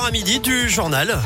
l'heure à midi du journal.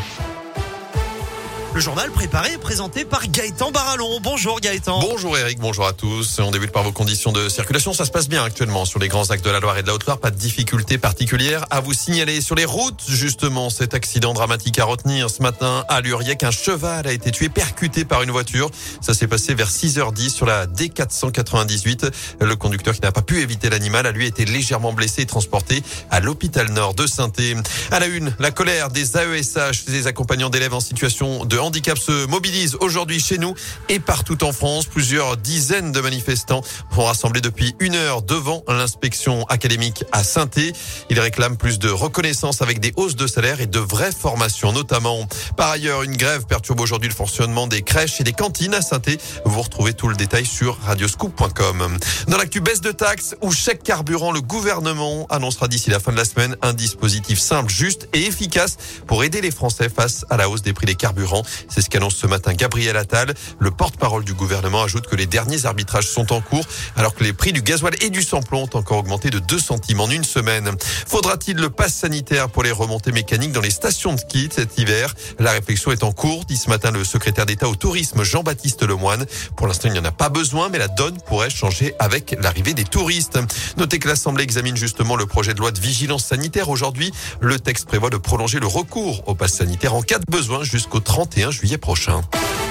Le journal préparé et présenté par Gaëtan Barallon. Bonjour Gaëtan. Bonjour Eric, bonjour à tous. On débute par vos conditions de circulation. Ça se passe bien actuellement sur les grands axes de la Loire et de la Haute-Loire. Pas de difficultés particulières à vous signaler. Sur les routes, justement, cet accident dramatique à retenir ce matin à Luriec. Un cheval a été tué, percuté par une voiture. Ça s'est passé vers 6h10 sur la D498. Le conducteur qui n'a pas pu éviter l'animal a lui été légèrement blessé et transporté à l'hôpital Nord de Saint-Thé. À la une, la colère des AESH, des accompagnants d'élèves en situation de handicap se mobilise aujourd'hui chez nous et partout en France. Plusieurs dizaines de manifestants vont rassembler depuis 1 heure devant l'inspection académique à Saint-Thé. Ils réclament plus de reconnaissance avec des hausses de salaire et de vraies formations notamment. Par ailleurs, une grève perturbe aujourd'hui le fonctionnement des crèches et des cantines à Saint-Thé. Vous retrouvez tout le détail sur radioscoop.com. Dans l'actu baisse de taxes ou chèque carburant, le gouvernement annoncera d'ici la fin de la semaine un dispositif simple, juste et efficace pour aider les Français face à la hausse des prix des carburants. C'est ce qu'annonce ce matin Gabriel Attal. Le porte-parole du gouvernement ajoute que les derniers arbitrages sont en cours alors que les prix du gasoil et du samplon ont encore augmenté de 2 centimes en une semaine. Faudra-t-il le pass sanitaire pour les remontées mécaniques dans les stations de ski cet hiver? La réflexion est en cours, dit ce matin le secrétaire d'État au tourisme Jean-Baptiste Lemoyne. Pour l'instant, il n'y en a pas besoin, mais la donne pourrait changer avec l'arrivée des touristes. Notez que l'Assemblée examine justement le projet de loi de vigilance sanitaire aujourd'hui. Le texte prévoit de prolonger le recours au pass sanitaire en cas de besoin jusqu'au 31 juillet prochain.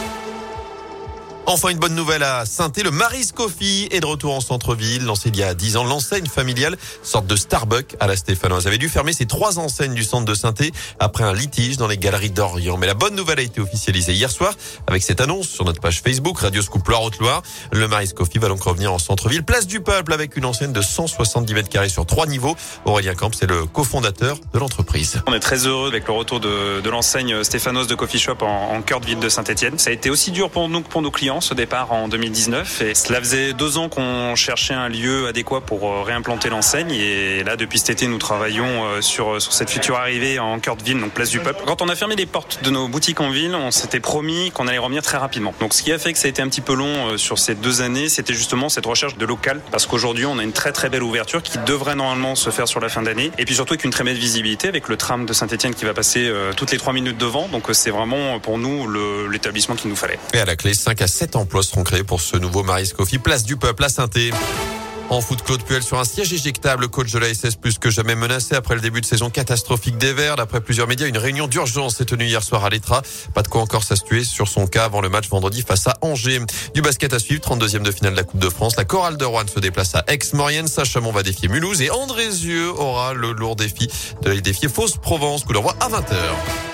Enfin, une bonne nouvelle à Saint-Thé. Le Mary's Coffee est de retour en centre-ville. Lancé il y a 10 ans, l'enseigne familiale, sorte de Starbucks à la Stéphanoise, avait dû fermer ses 3 enseignes du centre de Saint-Thé après un litige dans les galeries d'Orient. Mais la bonne nouvelle a été officialisée hier soir avec cette annonce sur notre page Facebook Radio Scoop Loire-Haute-Loire. Le Mary's Coffee va donc revenir en centre-ville, place du Peuple, avec une enseigne de 170 mètres carrés sur 3 niveaux. Aurélien Camp, c'est le cofondateur de l'entreprise. On est très heureux avec le retour de l'enseigne Stéphanoise de Coffee Shop en cœur de ville de Saint-Étienne. Ça a été aussi dur pour nous que pour nos clients ce départ en 2019 et cela faisait 2 ans qu'on cherchait un lieu adéquat pour réimplanter l'enseigne et là depuis cet été nous travaillons sur cette future arrivée en cœur de ville, donc place du Peuple. Quand on a fermé les portes de nos boutiques en ville, on s'était promis qu'on allait revenir très rapidement. Donc ce qui a fait que ça a été un petit peu long sur ces 2 années, c'était justement cette recherche de local parce qu'aujourd'hui on a une très très belle ouverture qui devrait normalement se faire sur la fin d'année et puis surtout avec une très belle visibilité avec le tram de Saint-Étienne qui va passer toutes les 3 minutes devant, donc c'est vraiment pour nous l'établissement qu'il nous fallait. Et à la clé, 5 à 7 emplois seront créés pour ce nouveau Mary's Coffee, place du Peuple à Saint-Thé. En foot, Claude Puel sur un siège éjectable. Le coach de la SS plus que jamais menacé après le début de saison catastrophique des Verts. D'après plusieurs médias, une réunion d'urgence s'est tenue hier soir à l'Etra. Pas de quoi encore s'assurer sur son cas avant le match vendredi face à Angers. Du basket à suivre, 32e de finale de la Coupe de France. La Chorale de Roanne se déplace à Aix-Maurienne. Saint-Chamond va défier Mulhouse et Andrézieux aura le lourd défi de défier Fos-Provence. Coup d'envoi à 20h.